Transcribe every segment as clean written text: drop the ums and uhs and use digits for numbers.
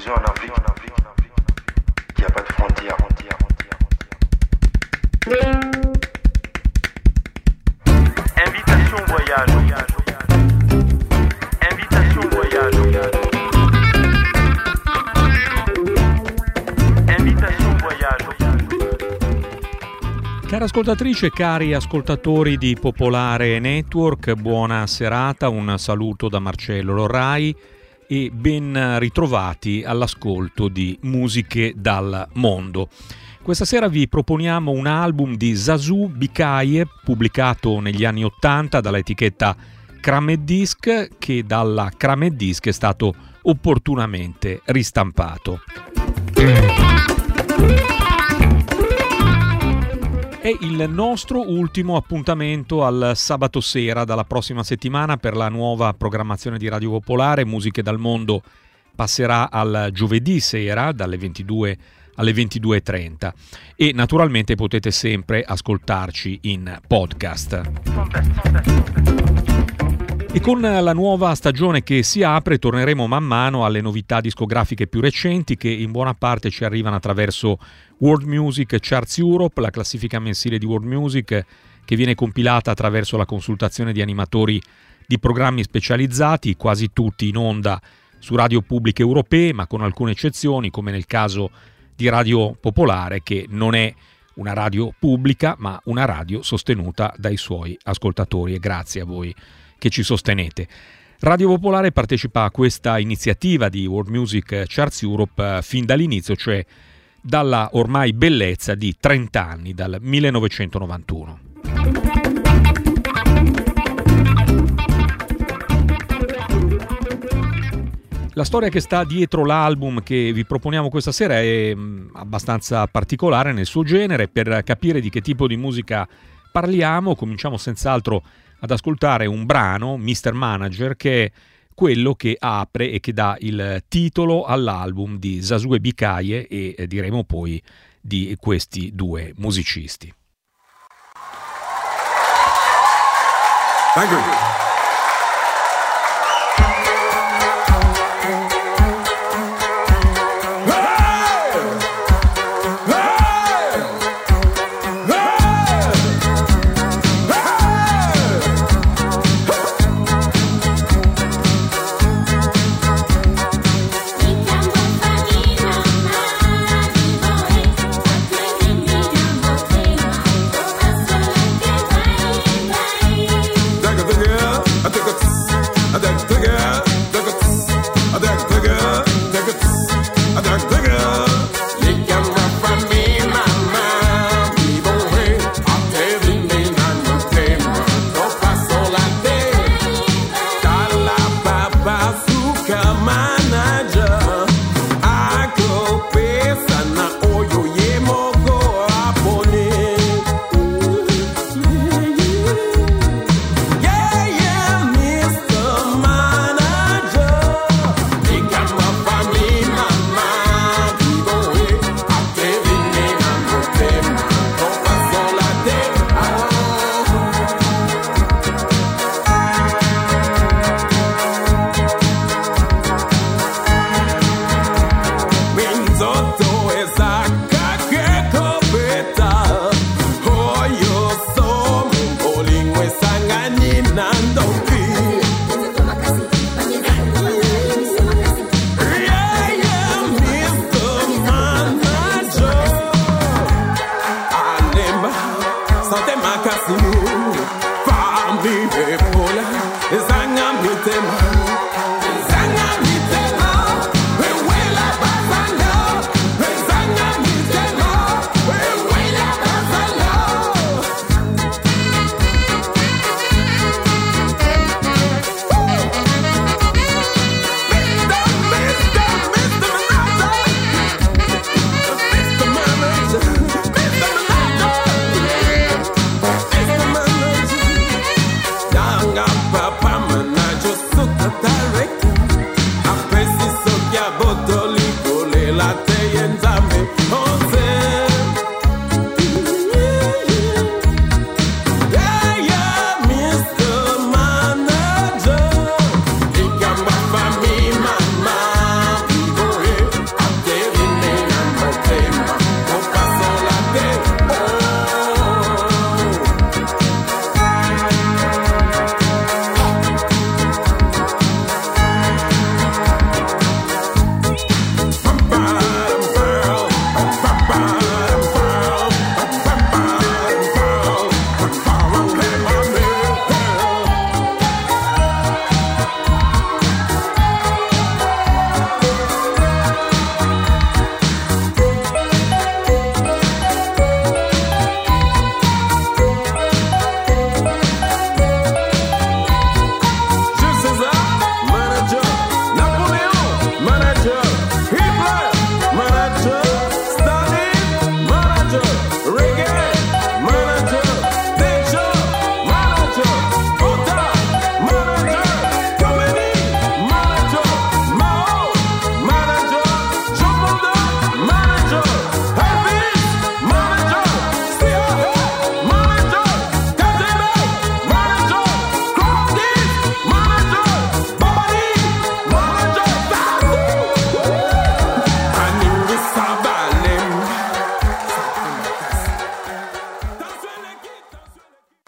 musique en Afrique, il n'y a pas de frontières. Invitation voyage. Invitation voyage. Invitation voyage. Care ascoltatrici e cari ascoltatori di Popolare Network, buona serata, un saluto da Marcello Lorrai e ben ritrovati all'ascolto di Musiche dal Mondo. Questa sera vi proponiamo un album di Zazou Bikaye pubblicato negli anni '80 dalla etichetta Kramed Disc, che dalla Kramed Disc è stato opportunamente ristampato. È il nostro ultimo appuntamento al sabato sera dalla prossima settimana per la nuova programmazione di Radio Popolare. Musiche dal Mondo passerà al giovedì sera dalle 22 alle 22.30 e naturalmente potete sempre ascoltarci in podcast. E con la nuova stagione che si apre torneremo man mano alle novità discografiche più recenti che in buona parte ci arrivano attraverso World Music Charts Europe, la classifica mensile di World Music che viene compilata attraverso la consultazione di animatori di programmi specializzati, quasi tutti in onda su radio pubbliche europee, ma con alcune eccezioni, come nel caso di Radio Popolare, che non è una radio pubblica, ma una radio sostenuta dai suoi ascoltatori, e grazie a voi che ci sostenete. Radio Popolare partecipa a questa iniziativa di World Music Charts Europe fin dall'inizio, cioè dalla ormai bellezza di 30 anni, dal 1991. La storia che sta dietro l'album che vi proponiamo questa sera è abbastanza particolare nel suo genere. Per capire di che tipo di musica parliamo, cominciamo senz'altro ad ascoltare un brano, Mr. Manager, che è quello che apre e che dà il titolo all'album di Zazou Bikaye e diremo poi di questi due musicisti. Thank you. Yeah.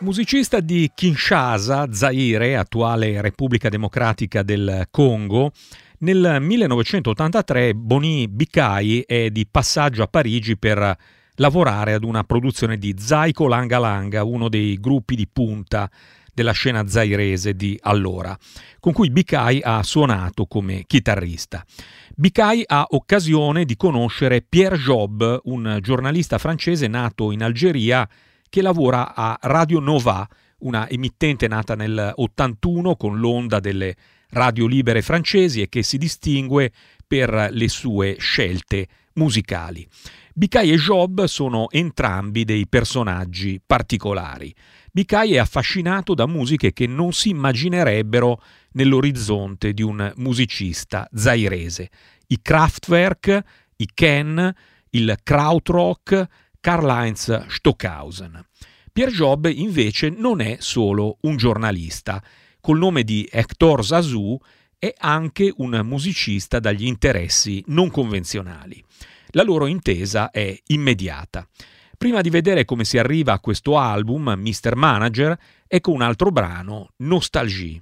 musicista di Kinshasa, Zaire, attuale Repubblica Democratica del Congo, nel 1983 Boni Bikai è di passaggio a Parigi per lavorare ad una produzione di Zaiko Langa Langa, uno dei gruppi di punta della scena zairese di allora, con cui Bikai ha suonato come chitarrista. Bikai ha occasione di conoscere Pierre Job, un giornalista francese nato in Algeria che lavora a Radio Nova, una emittente nata nel 81 con l'onda delle radio libere francesi e che si distingue per le sue scelte musicali. Bikai e Job sono entrambi dei personaggi particolari. Bikai è affascinato da musiche che non si immaginerebbero nell'orizzonte di un musicista zairese. I Kraftwerk, i Ken, il Krautrock, Karl-Heinz Stockhausen. Pierre Job invece non è solo un giornalista. Col nome di Hector Zazou è anche un musicista dagli interessi non convenzionali. La loro intesa è immediata. Prima di vedere come si arriva a questo album, Mr. Manager, ecco un altro brano, Nostalgie.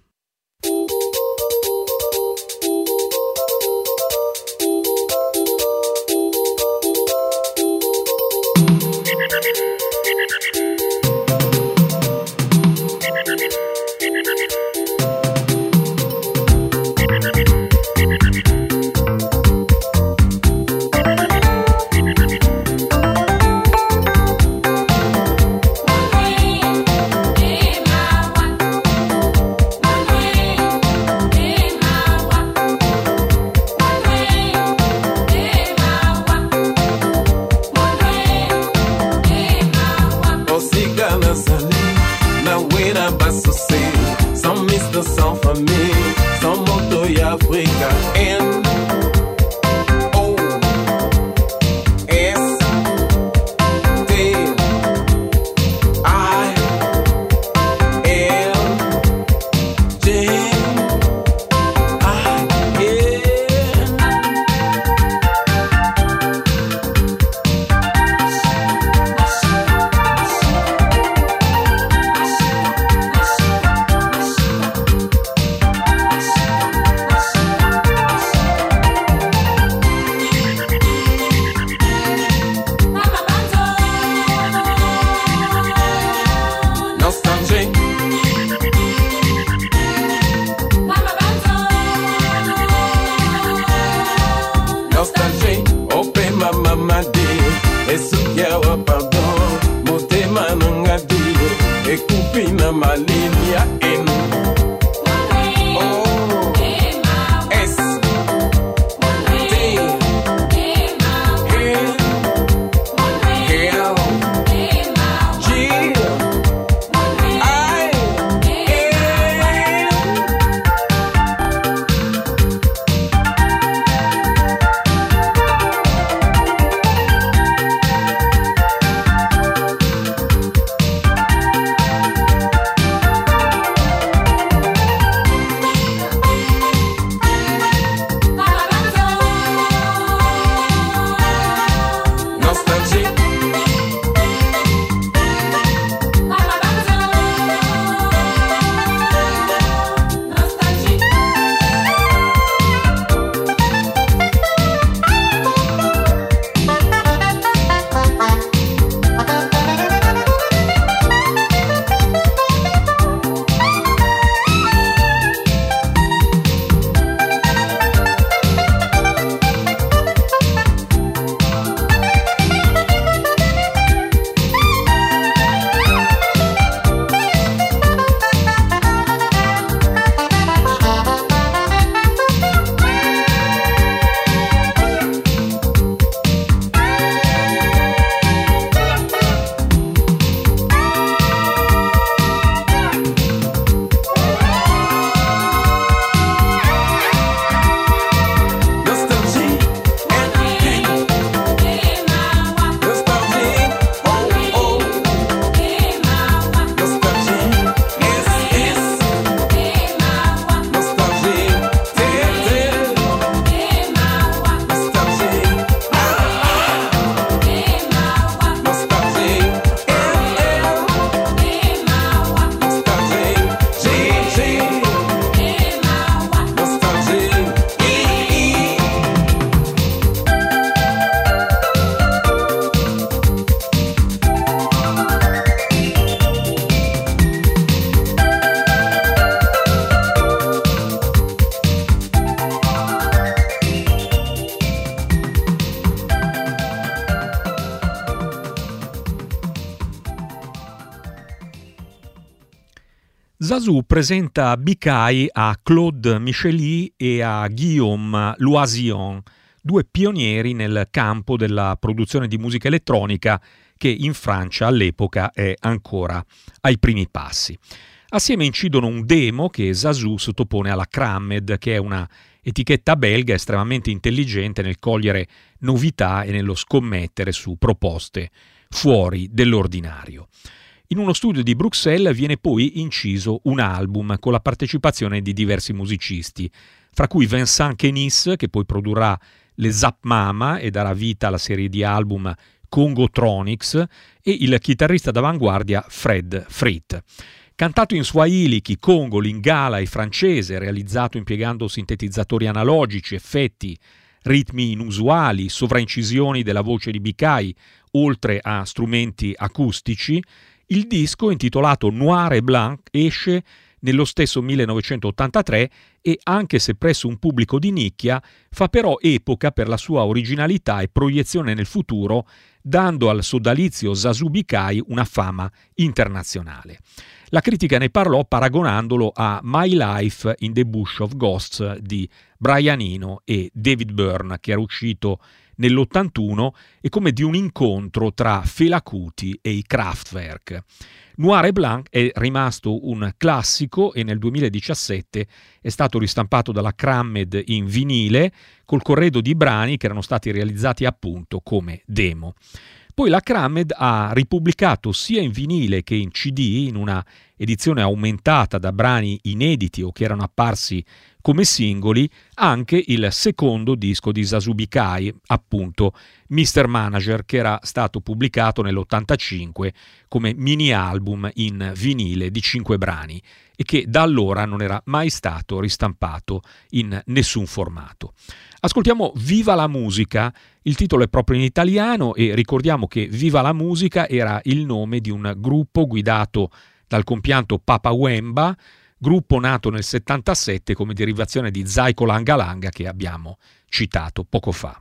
Zazou presenta Bikai a Claude Micheli e a Guillaume Loision, due pionieri nel campo della produzione di musica elettronica che in Francia all'epoca è ancora ai primi passi. Assieme incidono un demo che Zazou sottopone alla Crammed, che è una etichetta belga estremamente intelligente nel cogliere novità e nello scommettere su proposte fuori dell'ordinario. In uno studio di Bruxelles viene poi inciso un album con la partecipazione di diversi musicisti, fra cui Vincent Kenis, che poi produrrà le Zap Mama e darà vita alla serie di album Congotronics, e il chitarrista d'avanguardia Fred Frit. Cantato in Swahili, Kikongo, Lingala e francese, realizzato impiegando sintetizzatori analogici, effetti, ritmi inusuali, sovraincisioni della voce di Bikai, oltre a strumenti acustici, il disco, intitolato Noir et Blanc, esce nello stesso 1983 e, anche se presso un pubblico di nicchia, fa però epoca per la sua originalità e proiezione nel futuro, dando al sodalizio Zazou Bikai una fama internazionale. La critica ne parlò paragonandolo a My Life in the Bush of Ghosts di Brian Eno e David Byrne, che era uscito nell'81, e come di un incontro tra Fela Kuti e i Kraftwerk. Noir et Blanc è rimasto un classico e nel 2017 è stato ristampato dalla Crammed in vinile col corredo di brani che erano stati realizzati appunto come demo. Poi la Crammed ha ripubblicato sia in vinile che in CD, in una edizione aumentata da brani inediti o che erano apparsi come singoli, anche il secondo disco di Zazou Bikai, appunto Mr. Manager, che era stato pubblicato nell'85 come mini album in vinile di 5 brani e che da allora non era mai stato ristampato in nessun formato. Ascoltiamo Viva la musica, il titolo è proprio in italiano e ricordiamo che Viva la musica era il nome di un gruppo guidato dal compianto Papa Wemba, gruppo nato nel 77 come derivazione di Zaiko Langa Langa che abbiamo citato poco fa.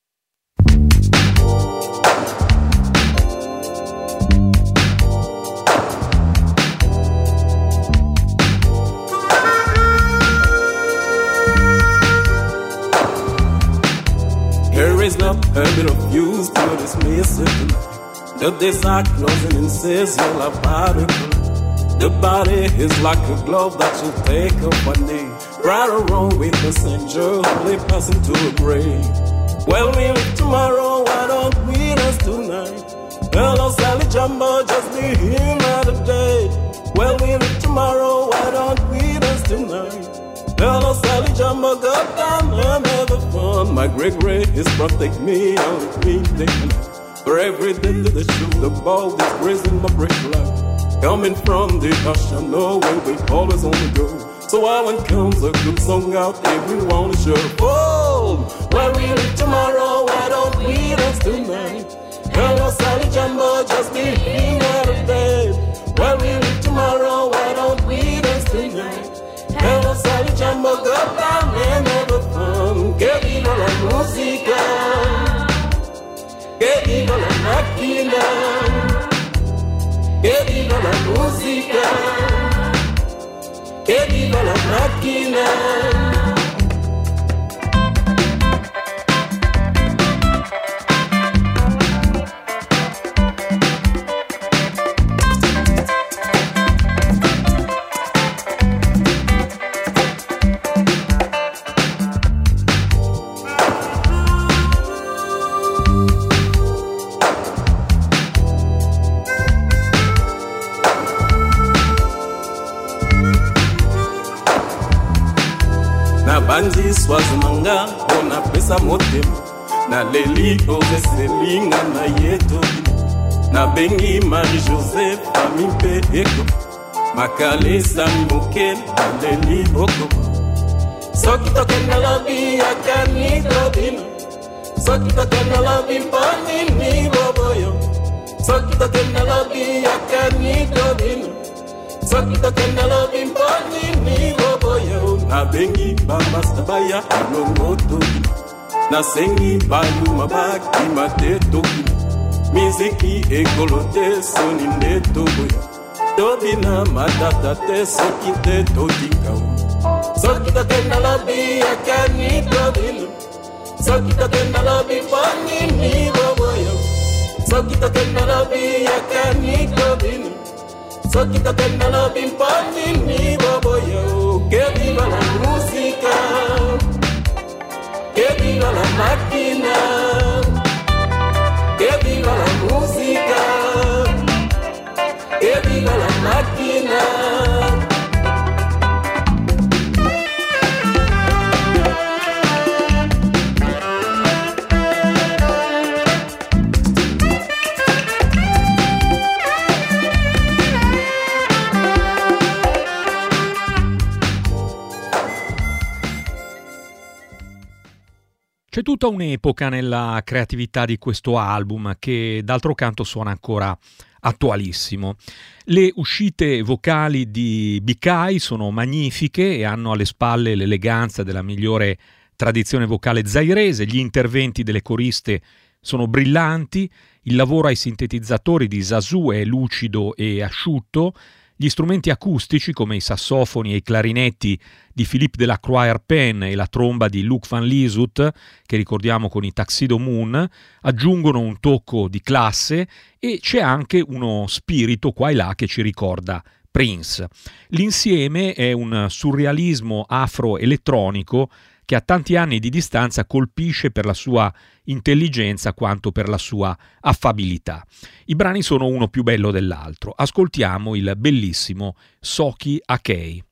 There is not a bit of use to dismiss it. The days are closing and says you're about it. The body is like a glove that you take up one day. Right or wrong with the stranger, only passing to a grave. Well, we live tomorrow, why don't we dance tonight? Hello, Sally Jumbo, just be here another day. Well, we live tomorrow, why don't we dance tonight? Hello, Sally Jumbo, go down and have a fun. My Gregory is protect me, and with me taking for every day to the shoe, the ball is grazing my break life. Coming from the ocean, no way, we always on the go. So when comes a good song out, everyone is sure. Oh, where we live tomorrow, why don't we dance tonight? Hello, Sally Jumbo, just be another day. Where we live tomorrow, why don't we dance tonight? Hello, Sally Jumbo, go down and have a fun. Que viva la música, que viva la máquina. Que viva la música, que viva la máquina. Banzi swazimanga ona pesa motema na leli ozeselinga na yeto na bengi Marie Joseph amimpe eko makalesa mimoke na leli oko soki tokenda lobi akani tobina soki tokenda lobi mponi ni boboyo soki tokenda lobi akani tobina soki tokenda lobi mponi ni boboyo na bengi bamasta baya longo toki na sengi bayu mabaki mate toki miziki ekolote soni nde toboyo Tobina matata te soki te totika soki tokenda lobi akani tobina soki tokenda lobi panini boboyo soki tokenda lobi akani tobina soki tokenda lobi panini boboyo. Que viva la música, que viva la máquina, que viva la música, que viva la máquina. C'è tutta un'epoca nella creatività di questo album che d'altro canto suona ancora attualissimo. Le uscite vocali di Bikai sono magnifiche e hanno alle spalle l'eleganza della migliore tradizione vocale zairese, gli interventi delle coriste sono brillanti, il lavoro ai sintetizzatori di Zazu è lucido e asciutto, gli strumenti acustici come i sassofoni e i clarinetti di Philippe Delacroix-Erpen e la tromba di Luc Van Liesut, che ricordiamo con i Tuxedo Moon, aggiungono un tocco di classe e c'è anche uno spirito qua e là che ci ricorda Prince. L'insieme è un surrealismo afro-elettronico che a tanti anni di distanza colpisce per la sua intelligenza quanto per la sua affabilità. I brani sono uno più bello dell'altro. Ascoltiamo il bellissimo Soki Akei.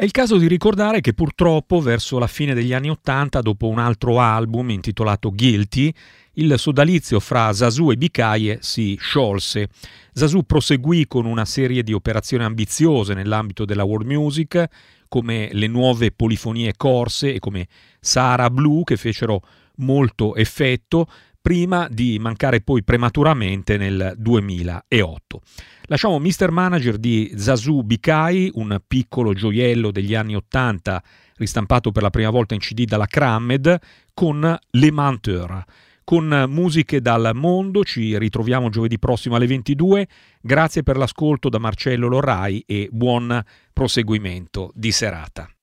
il caso di ricordare che purtroppo verso la fine degli anni '80, dopo un altro album intitolato Guilty, il sodalizio fra Zazou e Bikaye si sciolse. Zazou proseguì con una serie di operazioni ambiziose nell'ambito della world music, come le nuove polifonie corse e come Sahara Blue, che fecero molto effetto, prima di mancare poi prematuramente nel 2008. Lasciamo Mr. Manager di Zazou Bikaye, un piccolo gioiello degli anni '80 ristampato per la prima volta in CD dalla Crammed, con Les Menteurs. Con musiche dal mondo ci ritroviamo giovedì prossimo alle 22. Grazie per l'ascolto da Marcello Lorrai e buon proseguimento di serata.